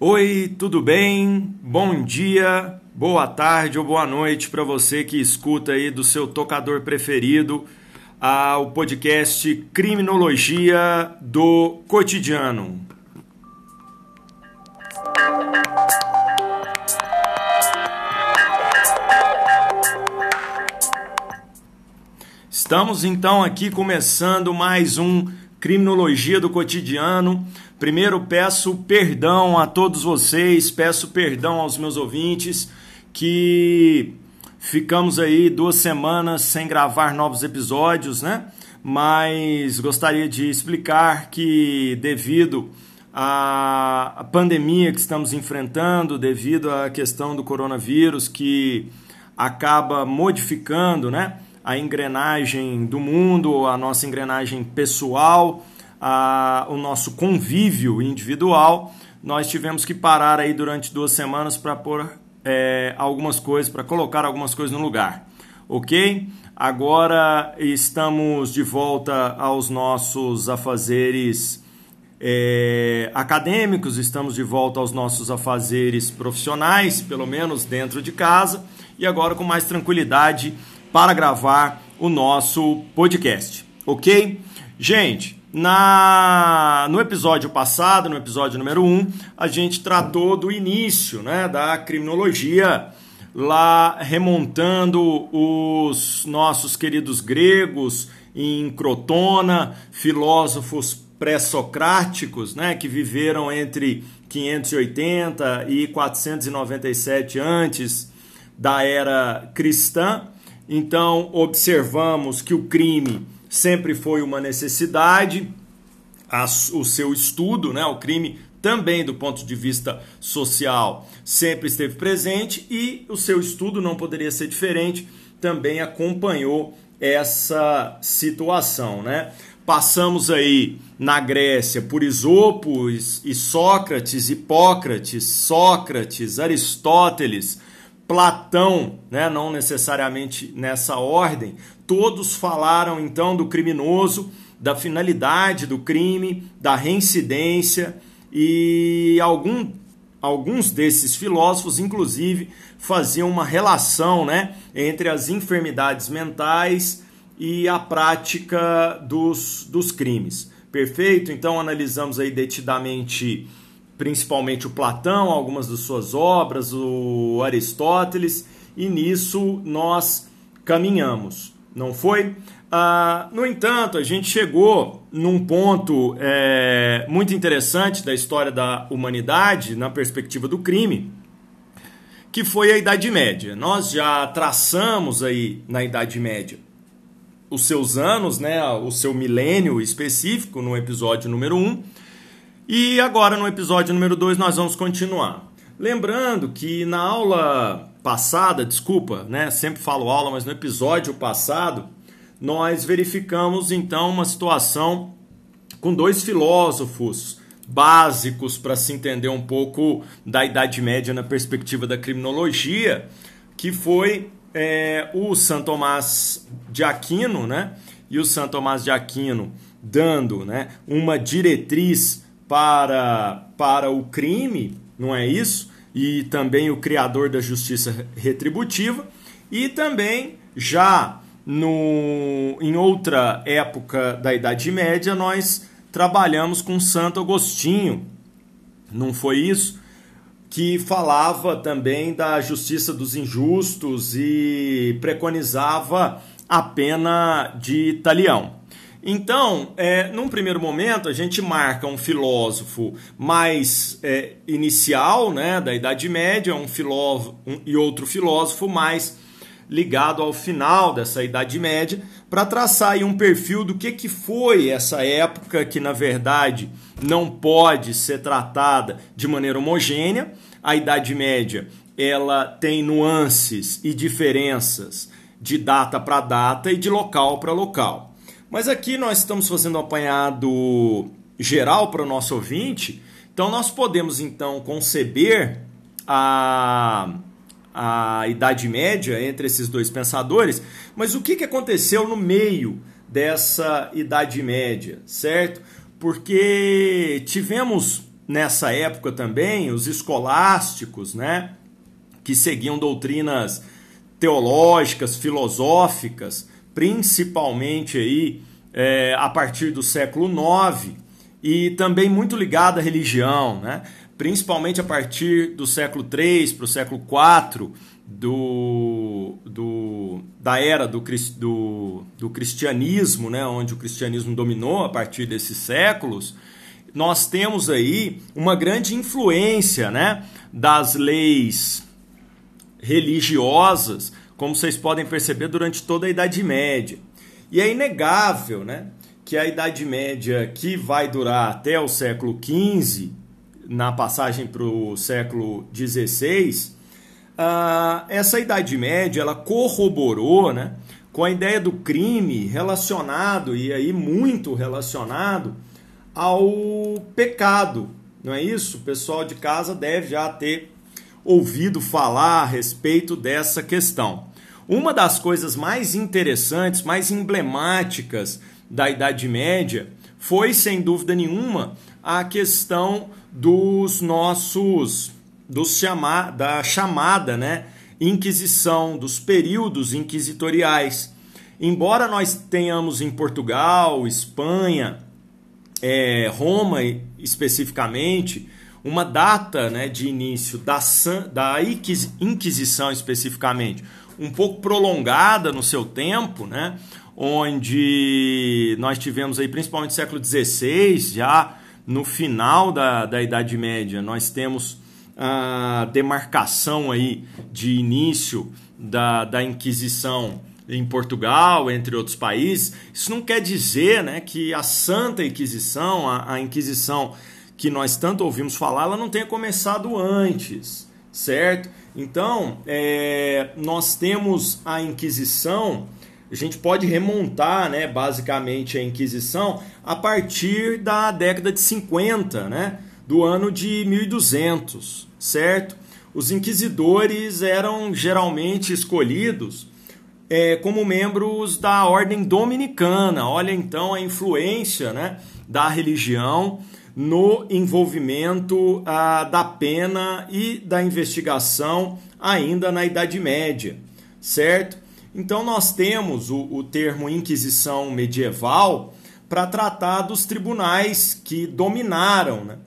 Oi, tudo bem? Bom dia, boa tarde ou boa noite para você que escuta aí do seu tocador preferido o podcast Criminologia do Cotidiano. Estamos então aqui começando mais um Criminologia do Cotidiano. Primeiro peço perdão a todos vocês, peço perdão aos meus ouvintes que ficamos aí 2 semanas sem gravar novos episódios, né? Mas gostaria de explicar que devido à pandemia que estamos enfrentando, devido à questão do coronavírus que acaba modificando, né, a engrenagem do mundo, a nossa engrenagem pessoal, o nosso convívio individual, nós tivemos que parar aí durante 2 semanas para pôr algumas coisas, para colocar algumas coisas no lugar, ok? Agora estamos de volta aos nossos afazeres acadêmicos, estamos de volta aos nossos afazeres profissionais, pelo menos dentro de casa, e agora com mais tranquilidade para gravar o nosso podcast, ok? Gente, no episódio passado, no episódio número 1, a gente tratou do início, né, da criminologia, lá remontando os nossos queridos gregos em Crotona, filósofos pré-socráticos, né, que viveram entre 580 e 497 antes da era cristã. Então, observamos que o crime sempre foi uma necessidade, o seu estudo, né, o crime também do ponto de vista social sempre esteve presente e o seu estudo não poderia ser diferente, também acompanhou essa situação, né? Passamos aí na Grécia por Esopo e Sócrates, Hipócrates, Sócrates, Aristóteles, Platão, né, não necessariamente nessa ordem, todos falaram então do criminoso, da finalidade do crime, da reincidência e alguns desses filósofos, inclusive, faziam uma relação, né, entre as enfermidades mentais e a prática dos crimes. Perfeito? Então analisamos aí detidamente principalmente o Platão, algumas de suas obras, o Aristóteles, e nisso nós caminhamos, não foi? No entanto, a gente chegou num ponto muito interessante da história da humanidade, na perspectiva do crime, que foi a Idade Média. Nós já traçamos aí na Idade Média os seus anos, né, o seu milênio específico no episódio número 1, e agora no episódio número 2 nós vamos continuar. Lembrando que na aula passada, sempre falo aula, mas no episódio passado, nós verificamos então uma situação com 2 filósofos básicos para se entender um pouco da Idade Média na perspectiva da criminologia, que foi o Santo Tomás de Aquino, né? E o Santo Tomás de Aquino dando, né, uma diretriz para o crime, não é isso? E também o criador da justiça retributiva, e também já em outra época da Idade Média nós trabalhamos com Santo Agostinho, não foi isso? Que falava também da justiça dos injustos e preconizava a pena de talião. Então, num primeiro momento, a gente marca um filósofo mais inicial, né, da Idade Média, e outro filósofo mais ligado ao final dessa Idade Média, para traçar aí um perfil do que foi essa época que, na verdade, não pode ser tratada de maneira homogênea. A Idade Média ela tem nuances e diferenças de data para data e de local para local. Mas aqui nós estamos fazendo um apanhado geral para o nosso ouvinte, então nós podemos então conceber a Idade Média entre esses 2 pensadores, mas o que aconteceu no meio dessa Idade Média, certo? Porque tivemos nessa época também os escolásticos, né, que seguiam doutrinas teológicas, filosóficas, principalmente aí, a partir do século IX, e também muito ligada à religião, né, principalmente a partir do século III para o século IV, da era do cristianismo, né, onde o cristianismo dominou a partir desses séculos. Nós temos aí uma grande influência, né, das leis religiosas, como vocês podem perceber, durante toda a Idade Média. E é inegável, né, que a Idade Média, que vai durar até o século XV, na passagem para o século XVI, essa Idade Média ela corroborou, né, com a ideia do crime relacionado, e aí muito relacionado, ao pecado, não é isso? O pessoal de casa deve já ter ouvido falar a respeito dessa questão. Uma das coisas mais interessantes, mais emblemáticas da Idade Média foi, sem dúvida nenhuma, a questão da chamada, né, Inquisição, dos períodos inquisitoriais. Embora nós tenhamos em Portugal, Espanha, Roma especificamente, uma data, né, de início da Inquisição especificamente, um pouco prolongada no seu tempo, né, onde nós tivemos aí principalmente no século XVI, já no final da Idade Média, nós temos a demarcação aí de início da Inquisição em Portugal, entre outros países. Isso não quer dizer, né, que a Santa Inquisição, a Inquisição que nós tanto ouvimos falar, ela não tenha começado antes, certo? Então, nós temos a Inquisição, a gente pode remontar, né, basicamente a Inquisição a partir da década de 50, né, do ano de 1200, certo? Os inquisidores eram geralmente escolhidos como membros da ordem dominicana. Olha então a influência, né, da religião no envolvimento da pena e da investigação ainda na Idade Média, certo? Então nós temos o termo Inquisição medieval para tratar dos tribunais que dominaram, né,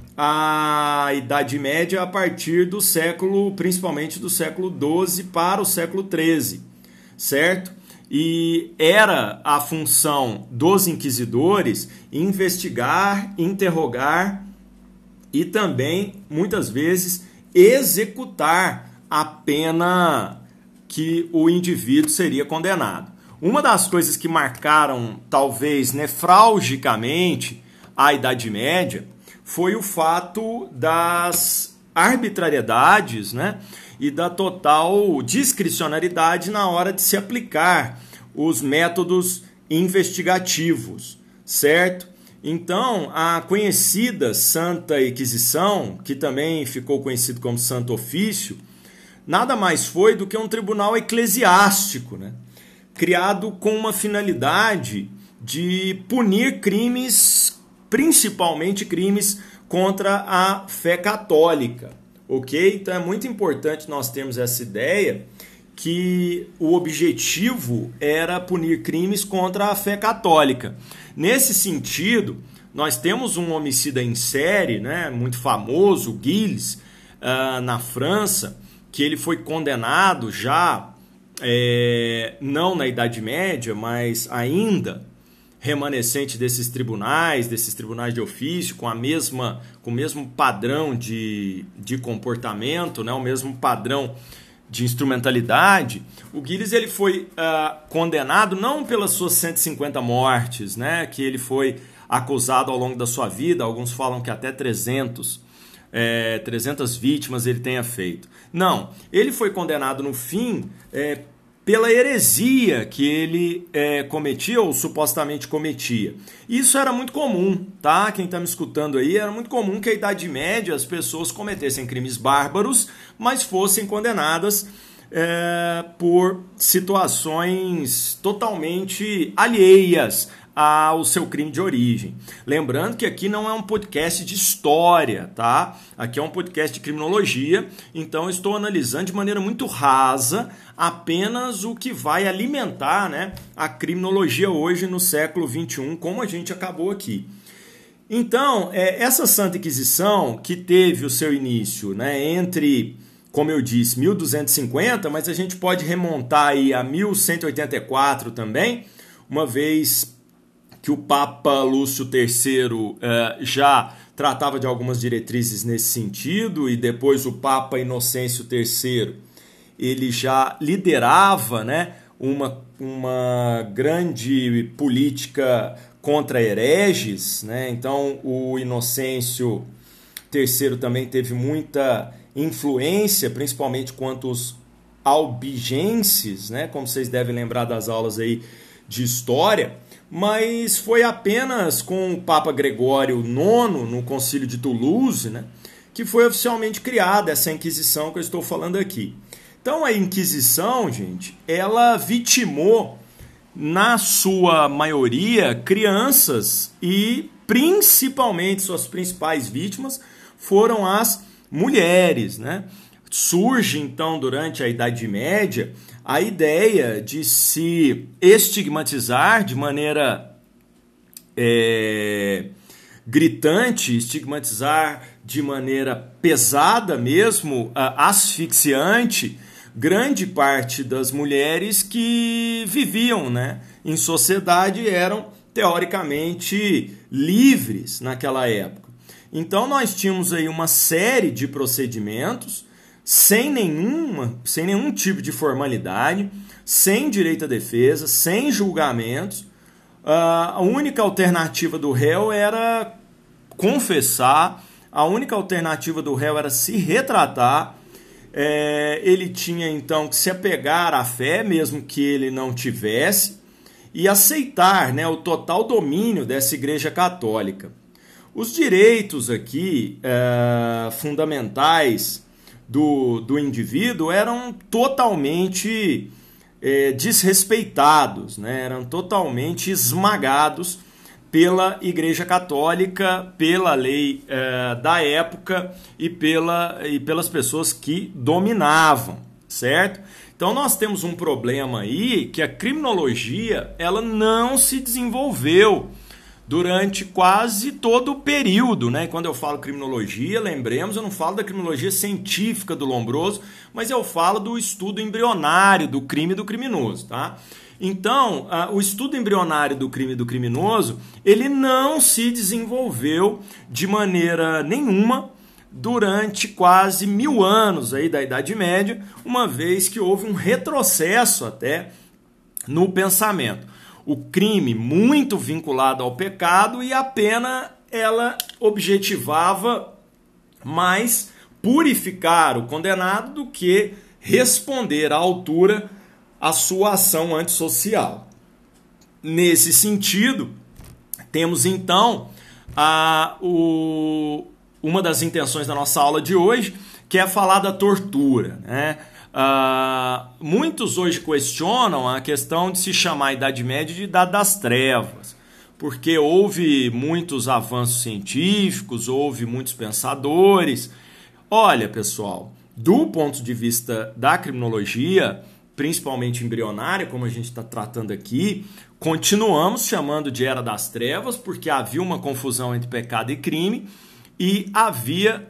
a Idade Média a partir do século, principalmente do século XII para o século XIII, certo? E era a função dos inquisidores investigar, interrogar e também, muitas vezes, executar a pena que o indivíduo seria condenado. Uma das coisas que marcaram, talvez nefralgicamente, a Idade Média foi o fato das arbitrariedades, né, e da total discricionariedade na hora de se aplicar os métodos investigativos, certo? Então, a conhecida Santa Inquisição, que também ficou conhecido como Santo Ofício, nada mais foi do que um tribunal eclesiástico, né, criado com uma finalidade de punir crimes, principalmente crimes contra a fé católica, ok? Então é muito importante nós termos essa ideia que o objetivo era punir crimes contra a fé católica. Nesse sentido, nós temos um homicida em série, né, muito famoso, Gilles, na França, que ele foi condenado já, não na Idade Média, mas ainda remanescente desses tribunais de ofício, com o mesmo padrão de comportamento, né, o mesmo padrão de instrumentalidade. O Gilles ele foi condenado não pelas suas 150 mortes, né, que ele foi acusado ao longo da sua vida, alguns falam que até 300 vítimas ele tenha feito. Não, ele foi condenado no fim pela heresia que ele cometia ou supostamente cometia. Isso era muito comum, tá? Quem está me escutando aí, era muito comum que a Idade Média as pessoas cometessem crimes bárbaros, mas fossem condenadas por situações totalmente alheias ao seu crime de origem. Lembrando que aqui não é um podcast de história, tá? Aqui é um podcast de criminologia, então eu estou analisando de maneira muito rasa apenas o que vai alimentar, né, a criminologia hoje no século XXI, como a gente acabou aqui. Então, essa Santa Inquisição, que teve o seu início, né, entre, como eu disse, 1250, mas a gente pode remontar aí a 1184 também, uma vez que o Papa Lúcio III já tratava de algumas diretrizes nesse sentido, e depois o Papa Inocêncio III, ele já liderava, né, uma grande política contra hereges, né? Então o Inocêncio III também teve muita influência, principalmente quanto os albigenses, né? Como vocês devem lembrar das aulas aí de história, mas foi apenas com o Papa Gregório IX, no Concílio de Toulouse, né, que foi oficialmente criada essa Inquisição que eu estou falando aqui. Então a Inquisição, gente, ela vitimou, na sua maioria, crianças, e principalmente suas principais vítimas foram as mulheres, né? Surge, então, durante a Idade Média, a ideia de se estigmatizar de maneira gritante, estigmatizar de maneira pesada mesmo, asfixiante, grande parte das mulheres que viviam, né, em sociedade e eram, teoricamente, livres naquela época. Então, nós tínhamos aí uma série de procedimentos sem nenhum tipo de formalidade, sem direito à defesa, sem julgamentos. A única alternativa do réu era confessar, a única alternativa do réu era se retratar. Ele tinha então que se apegar à fé, mesmo que ele não tivesse, e aceitar, né, o total domínio dessa Igreja Católica. Os direitos aqui fundamentais do indivíduo eram totalmente desrespeitados, né? Eram totalmente esmagados pela Igreja Católica, pela lei da época e pelas pessoas que dominavam, certo? Então nós temos um problema aí que a criminologia ela não se desenvolveu durante quase todo o período, né? Quando eu falo criminologia, lembremos, eu não falo da criminologia científica do Lombroso, mas eu falo do estudo embrionário do crime e do criminoso, tá? Então, o estudo embrionário do crime e do criminoso, ele não se desenvolveu de maneira nenhuma durante quase 1000 anos aí da Idade Média, uma vez que houve um retrocesso até no pensamento. O crime muito vinculado ao pecado e a pena ela objetivava mais purificar o condenado do que responder à altura a sua ação antissocial. Nesse sentido, temos então uma das intenções da nossa aula de hoje, que é falar da tortura, né? Muitos hoje questionam a questão de se chamar a Idade Média de Idade das Trevas, porque houve muitos avanços científicos, houve muitos pensadores. Olha, pessoal, do ponto de vista da criminologia, principalmente embrionária, como a gente está tratando aqui, continuamos chamando de Era das Trevas, porque havia uma confusão entre pecado e crime, e havia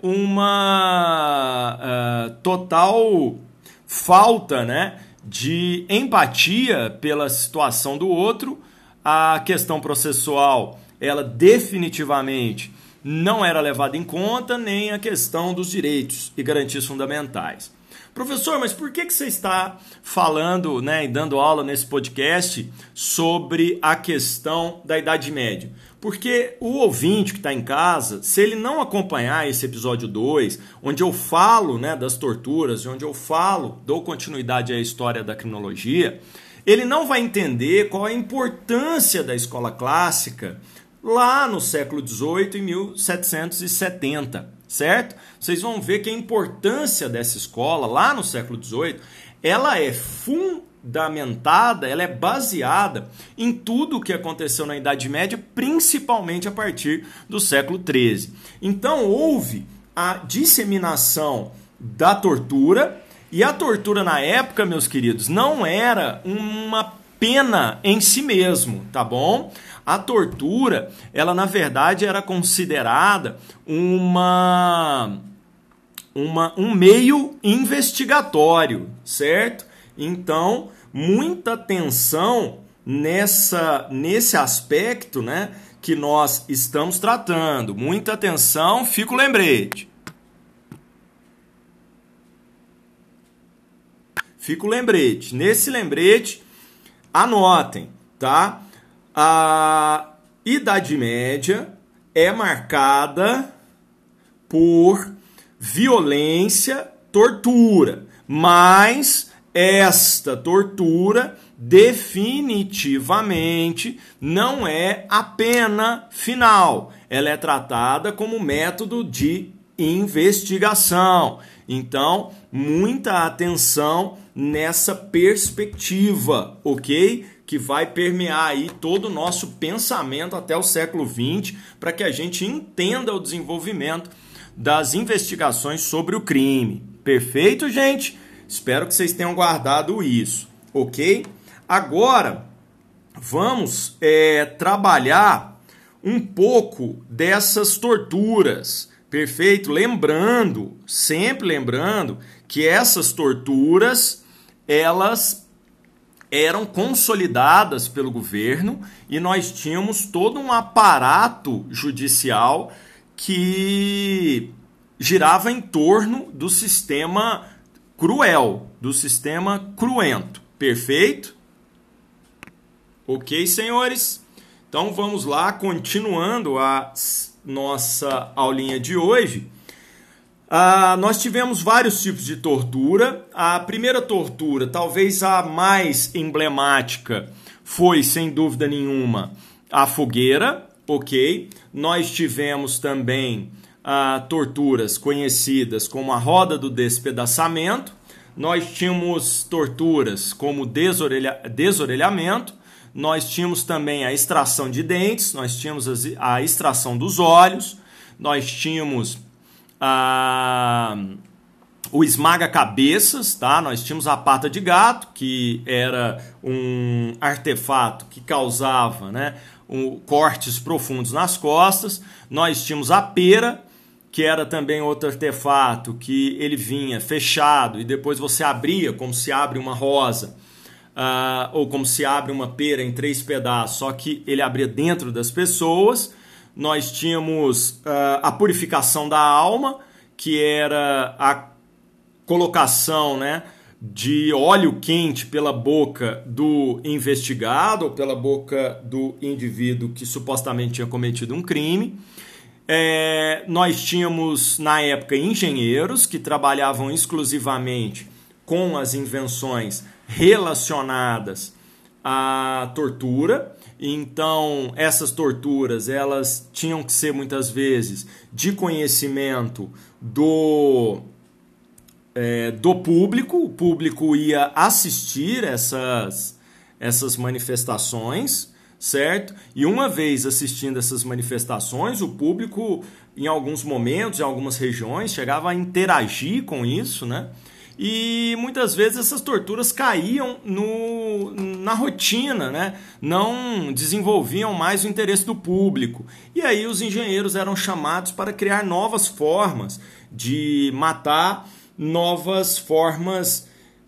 uma total falta, né, de empatia pela situação do outro. A questão processual, ela definitivamente não era levada em conta, nem a questão dos direitos e garantias fundamentais. Professor, mas por que você está falando, né, e dando aula nesse podcast sobre a questão da Idade Média? Porque o ouvinte que está em casa, se ele não acompanhar esse episódio 2, onde eu falo, né, das torturas, onde eu falo, dou continuidade à história da criminologia, ele não vai entender qual é a importância da escola clássica lá no século XVIII, em 1770. Certo? Vocês vão ver que a importância dessa escola lá no século XVIII, ela é fundamentada, ela é baseada em tudo o que aconteceu na Idade Média, principalmente a partir do século XIII. Então, houve a disseminação da tortura, e a tortura na época, meus queridos, não era uma pena em si mesmo, tá bom? A tortura, ela na verdade era considerada um meio investigatório, certo? Então, muita atenção nesse aspecto, né, que nós estamos tratando. Muita atenção, fica o lembrete. Fica o lembrete. Nesse lembrete, anotem, tá? A Idade Média é marcada por violência, tortura, mas esta tortura definitivamente não é a pena final. Ela é tratada como método de investigação. Então, muita atenção nessa perspectiva, ok? Que vai permear aí todo o nosso pensamento até o século XX, para que a gente entenda o desenvolvimento das investigações sobre o crime. Perfeito, gente? Espero que vocês tenham guardado isso, ok? Agora, vamos trabalhar um pouco dessas torturas, perfeito? Sempre lembrando que essas torturas, elas eram consolidadas pelo governo e nós tínhamos todo um aparato judicial que girava em torno do sistema cruel, do sistema cruento. Perfeito? Ok, senhores? Então vamos lá, continuando a nossa aulinha de hoje. Nós tivemos vários tipos de tortura. A primeira tortura, talvez a mais emblemática, foi, sem dúvida nenhuma, a fogueira, ok? Nós tivemos também torturas conhecidas como a roda do despedaçamento. Nós tínhamos torturas como desorelhamento. Nós tínhamos também a extração de dentes. Nós tínhamos a extração dos olhos. Nós tínhamos o esmaga-cabeças, tá? Nós tínhamos a pata de gato, que era um artefato que causava, né, cortes profundos nas costas. Nós tínhamos a pera, que era também outro artefato que ele vinha fechado e depois você abria, como se abre uma rosa, ou como se abre uma pera em 3 pedaços, só que ele abria dentro das pessoas. Nós tínhamos a purificação da alma, que era a colocação, né, de óleo quente pela boca do investigado ou pela boca do indivíduo que supostamente tinha cometido um crime. Nós tínhamos, na época, engenheiros que trabalhavam exclusivamente com as invenções relacionadas à tortura. Então, essas torturas, elas tinham que ser, muitas vezes, de conhecimento do público. O público ia assistir essas manifestações, certo? E uma vez assistindo essas manifestações, o público, em alguns momentos, em algumas regiões, chegava a interagir com isso, né? E muitas vezes essas torturas caíam na rotina, né? Não desenvolviam mais o interesse do público. E aí os engenheiros eram chamados para criar novas formas de matar, novas formas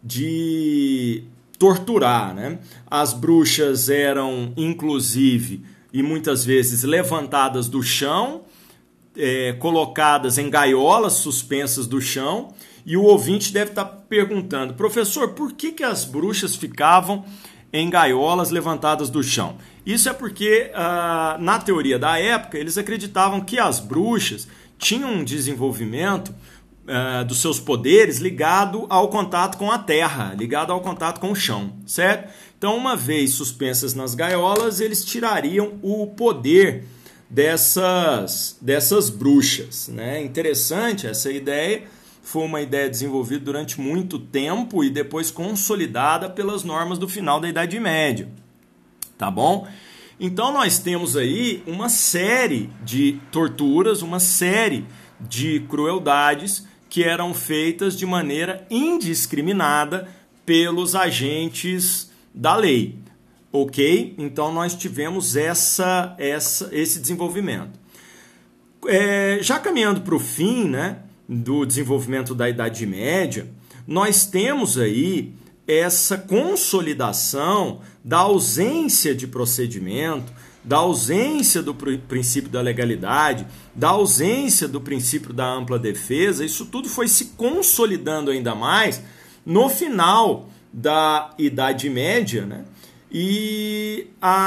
de torturar, né? As bruxas eram, inclusive, e muitas vezes levantadas do chão, colocadas em gaiolas suspensas do chão. E o ouvinte deve estar perguntando: professor, por que as bruxas ficavam em gaiolas levantadas do chão? Isso é porque, na teoria da época, eles acreditavam que as bruxas tinham um desenvolvimento dos seus poderes ligado ao contato com a terra, ligado ao contato com o chão, certo? Então, uma vez suspensas nas gaiolas, eles tirariam o poder dessas bruxas, né? Interessante essa ideia, foi uma ideia desenvolvida durante muito tempo e depois consolidada pelas normas do final da Idade Média, tá bom? Então nós temos aí uma série de torturas, uma série de crueldades que eram feitas de maneira indiscriminada pelos agentes da lei, ok? Então nós tivemos esse desenvolvimento. Já caminhando para o fim, né, do desenvolvimento da Idade Média, nós temos aí essa consolidação da ausência de procedimento, da ausência do princípio da legalidade, da ausência do princípio da ampla defesa. Isso tudo foi se consolidando ainda mais no final da Idade Média, né? E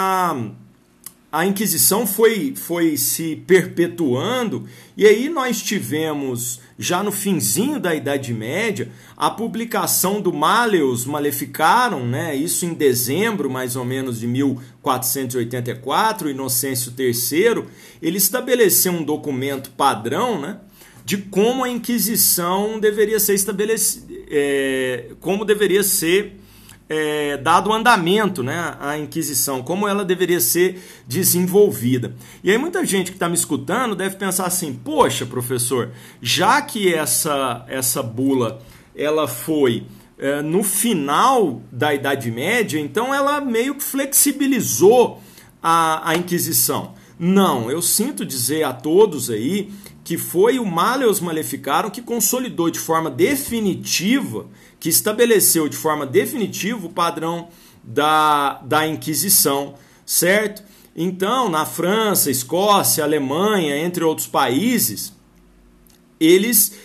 a Inquisição foi se perpetuando, e aí nós tivemos, já no finzinho da Idade Média, a publicação do Malleus Maleficarum, né? Isso em dezembro, mais ou menos, de 1484, Inocêncio III, ele estabeleceu um documento padrão, né, de como a Inquisição deveria ser estabelecida, como deveria ser dado andamento, né, à Inquisição, como ela deveria ser desenvolvida. E aí muita gente que está me escutando deve pensar assim, poxa, professor, já que essa bula ela foi no final da Idade Média, então ela meio que flexibilizou a Inquisição. Não, eu sinto dizer a todos aí que foi o Malleus Maleficarum que consolidou de forma definitiva, que estabeleceu de forma definitiva o padrão da Inquisição, certo? Então, na França, Escócia, Alemanha, entre outros países, eles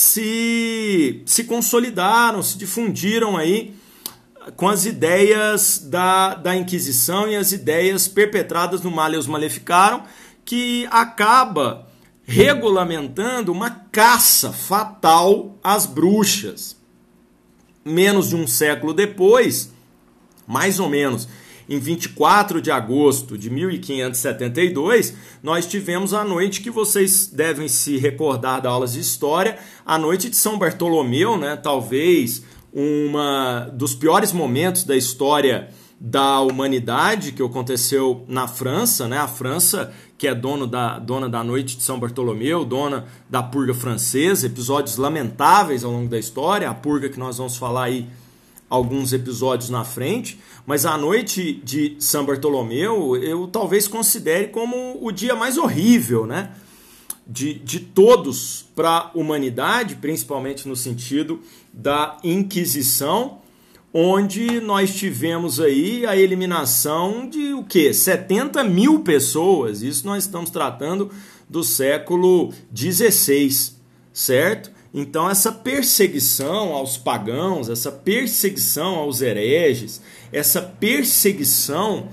se consolidaram, se difundiram aí com as ideias da Inquisição e as ideias perpetradas no Malleus Maleficarum, que acaba regulamentando uma caça fatal às bruxas. Menos de um século depois, mais ou menos em 24 de agosto de 1572, nós tivemos a noite que vocês devem se recordar das aulas de história, a noite de São Bartolomeu, né? Talvez uma dos piores momentos da história da humanidade, que aconteceu na França, né? A França, que é dona da noite de São Bartolomeu, dona da purga francesa, episódios lamentáveis ao longo da história, a purga que nós vamos falar aí alguns episódios na frente, mas a noite de São Bartolomeu eu talvez considere como o dia mais horrível, né, de todos para a humanidade, principalmente no sentido da Inquisição, onde nós tivemos aí a eliminação de o quê? 70 mil pessoas. Isso nós estamos tratando do século XVI, certo? Então essa perseguição aos pagãos, essa perseguição aos hereges, essa perseguição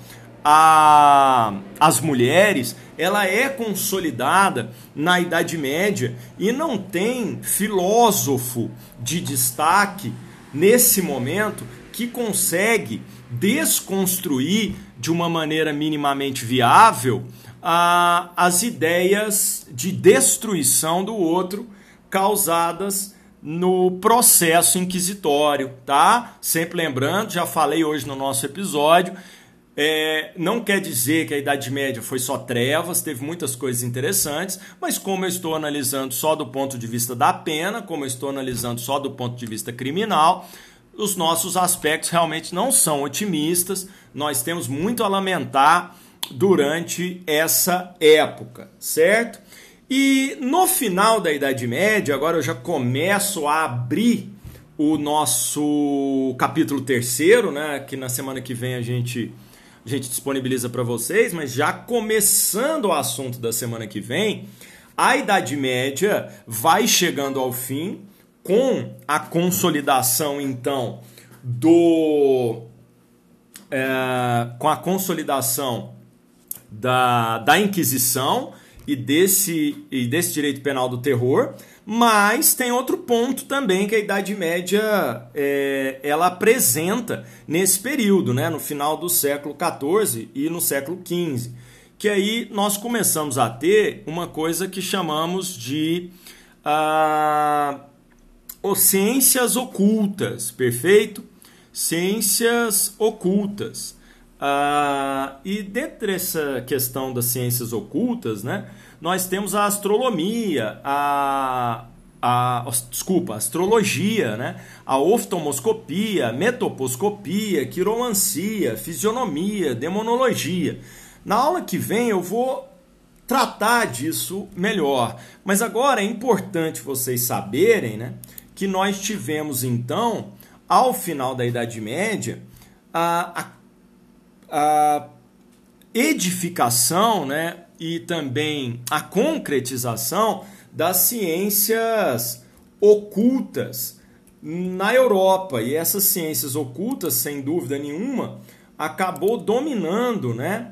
às mulheres, ela é consolidada na Idade Média e não tem filósofo de destaque nesse momento que consegue desconstruir de uma maneira minimamente viável as ideias de destruição do outro causadas no processo inquisitório, tá? Sempre lembrando, já falei hoje no nosso episódio, não quer dizer que a Idade Média foi só trevas, teve muitas coisas interessantes, mas como eu estou analisando só do ponto de vista da pena, como eu estou analisando só do ponto de vista criminal, os nossos aspectos realmente não são otimistas, nós temos muito a lamentar durante essa época, certo? E no final da Idade Média, agora eu já começo a abrir o nosso capítulo 3º, né, que na semana que vem a gente disponibiliza para vocês, mas já começando o assunto da semana que vem, a Idade Média vai chegando ao fim com a consolidação, então, com a consolidação da Inquisição e desse direito penal do terror, mas tem outro ponto também que a Idade Média ela apresenta nesse período, né, no final do século XIV e no século XV, que aí nós começamos a ter uma coisa que chamamos de ciências ocultas, perfeito? Ciências ocultas. E dentro dessa questão das ciências ocultas, né, nós temos a astronomia, a astrologia, né, a oftalmoscopia, metoposcopia, quiromancia, fisionomia, demonologia. Na aula que vem eu vou tratar disso melhor, mas agora é importante vocês saberem, né, que nós tivemos então, ao final da Idade Média, a edificação, né, e também a concretização das ciências ocultas na Europa. E essas ciências ocultas, sem dúvida nenhuma, acabou dominando, né,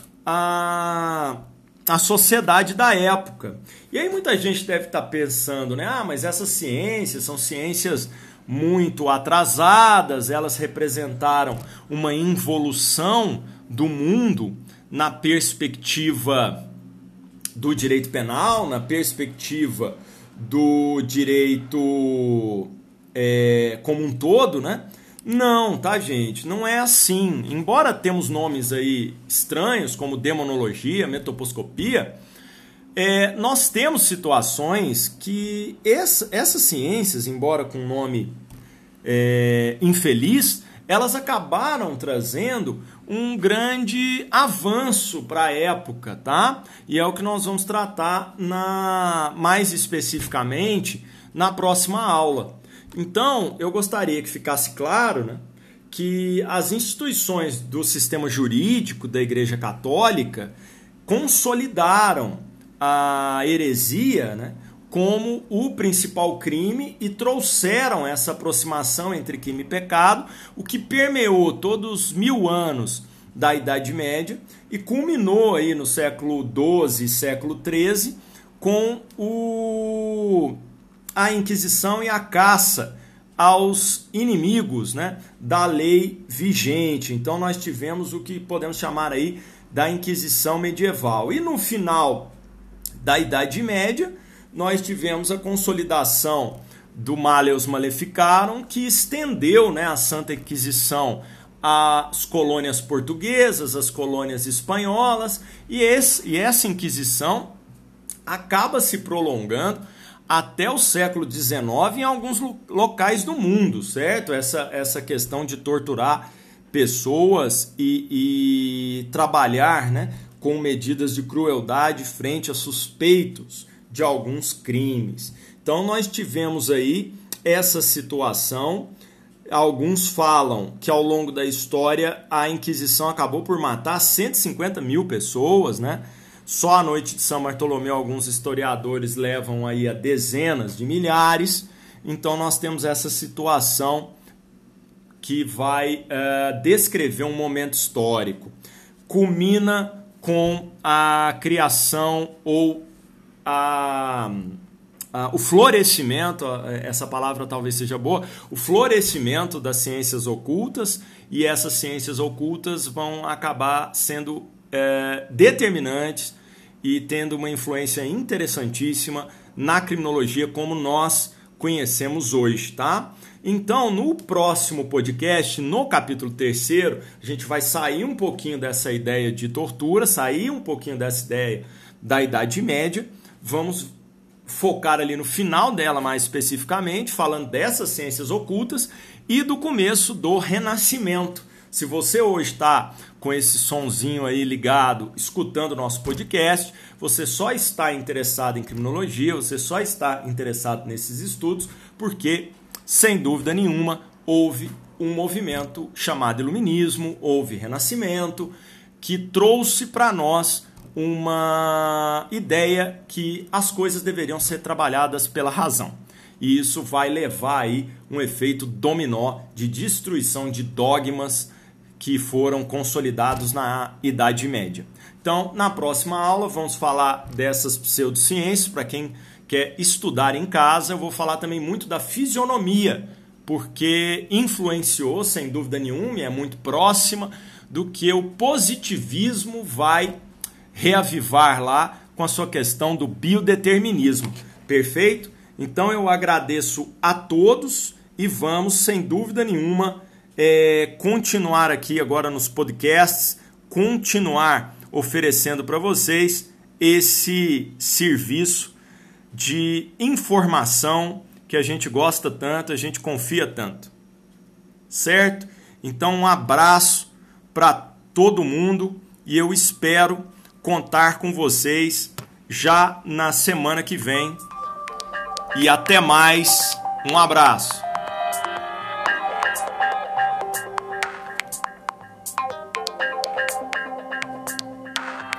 a sociedade da época. E aí muita gente deve estar pensando, né, mas essas ciências são ciências muito atrasadas, elas representaram uma involução do mundo na perspectiva do direito penal, na perspectiva do direito como um todo, né? Não, tá, gente? Não é assim. Embora temos nomes aí estranhos, como demonologia, metoposcopia, nós temos situações que essas ciências, embora com nome infeliz, elas acabaram trazendo um grande avanço para a época, tá? E é o que nós vamos tratar mais especificamente na próxima aula. Então, eu gostaria que ficasse claro, né, que as instituições do sistema jurídico da Igreja Católica consolidaram a heresia, né, como o principal crime e trouxeram essa aproximação entre crime e pecado, o que permeou todos os 1000 anos da Idade Média e culminou aí no século XII e século XIII com a Inquisição e a caça aos inimigos, né, da lei vigente. Então nós tivemos o que podemos chamar aí da Inquisição medieval. E no final da Idade Média, nós tivemos a consolidação do Malleus Maleficarum, que estendeu, né, a Santa Inquisição às colônias portuguesas, às colônias espanholas, e essa Inquisição acaba se prolongando até o século XIX em alguns locais do mundo, certo? Essa questão de torturar pessoas e trabalhar, né, com medidas de crueldade frente a suspeitos de alguns crimes. Então nós tivemos aí essa situação. Alguns falam que ao longo da história a Inquisição acabou por matar 150 mil pessoas, né? Só a noite de São Bartolomeu alguns historiadores levam aí a dezenas de milhares. Então nós temos essa situação que vai descrever um momento histórico. Culmina com a criação ou o florescimento, essa palavra talvez seja boa, o florescimento das ciências ocultas, e essas ciências ocultas vão acabar sendo determinantes e tendo uma influência interessantíssima na criminologia como nós conhecemos hoje, tá? Então, no próximo podcast, no capítulo 3º, a gente vai sair um pouquinho dessa ideia de tortura, sair um pouquinho dessa ideia da Idade Média. Vamos focar ali no final dela mais especificamente, falando dessas ciências ocultas e do começo do Renascimento. Se você hoje está com esse sonzinho aí ligado, escutando o nosso podcast, você só está interessado em criminologia, você só está interessado nesses estudos, porque, sem dúvida nenhuma, houve um movimento chamado Iluminismo, houve Renascimento, que trouxe para nós uma ideia que as coisas deveriam ser trabalhadas pela razão. E isso vai levar aí um efeito dominó de destruição de dogmas que foram consolidados na Idade Média. Então, na próxima aula, vamos falar dessas pseudociências. Para quem quer estudar em casa, eu vou falar também muito da fisionomia, porque influenciou, sem dúvida nenhuma, e é muito próxima do que o positivismo vai reavivar lá com a sua questão do biodeterminismo. Perfeito? Então eu agradeço a todos e vamos, sem dúvida nenhuma, continuar aqui agora nos podcasts, continuar oferecendo para vocês esse serviço de informação que a gente gosta tanto, a gente confia tanto. Certo? Então um abraço para todo mundo e eu espero contar com vocês já na semana que vem. E até mais. Um abraço.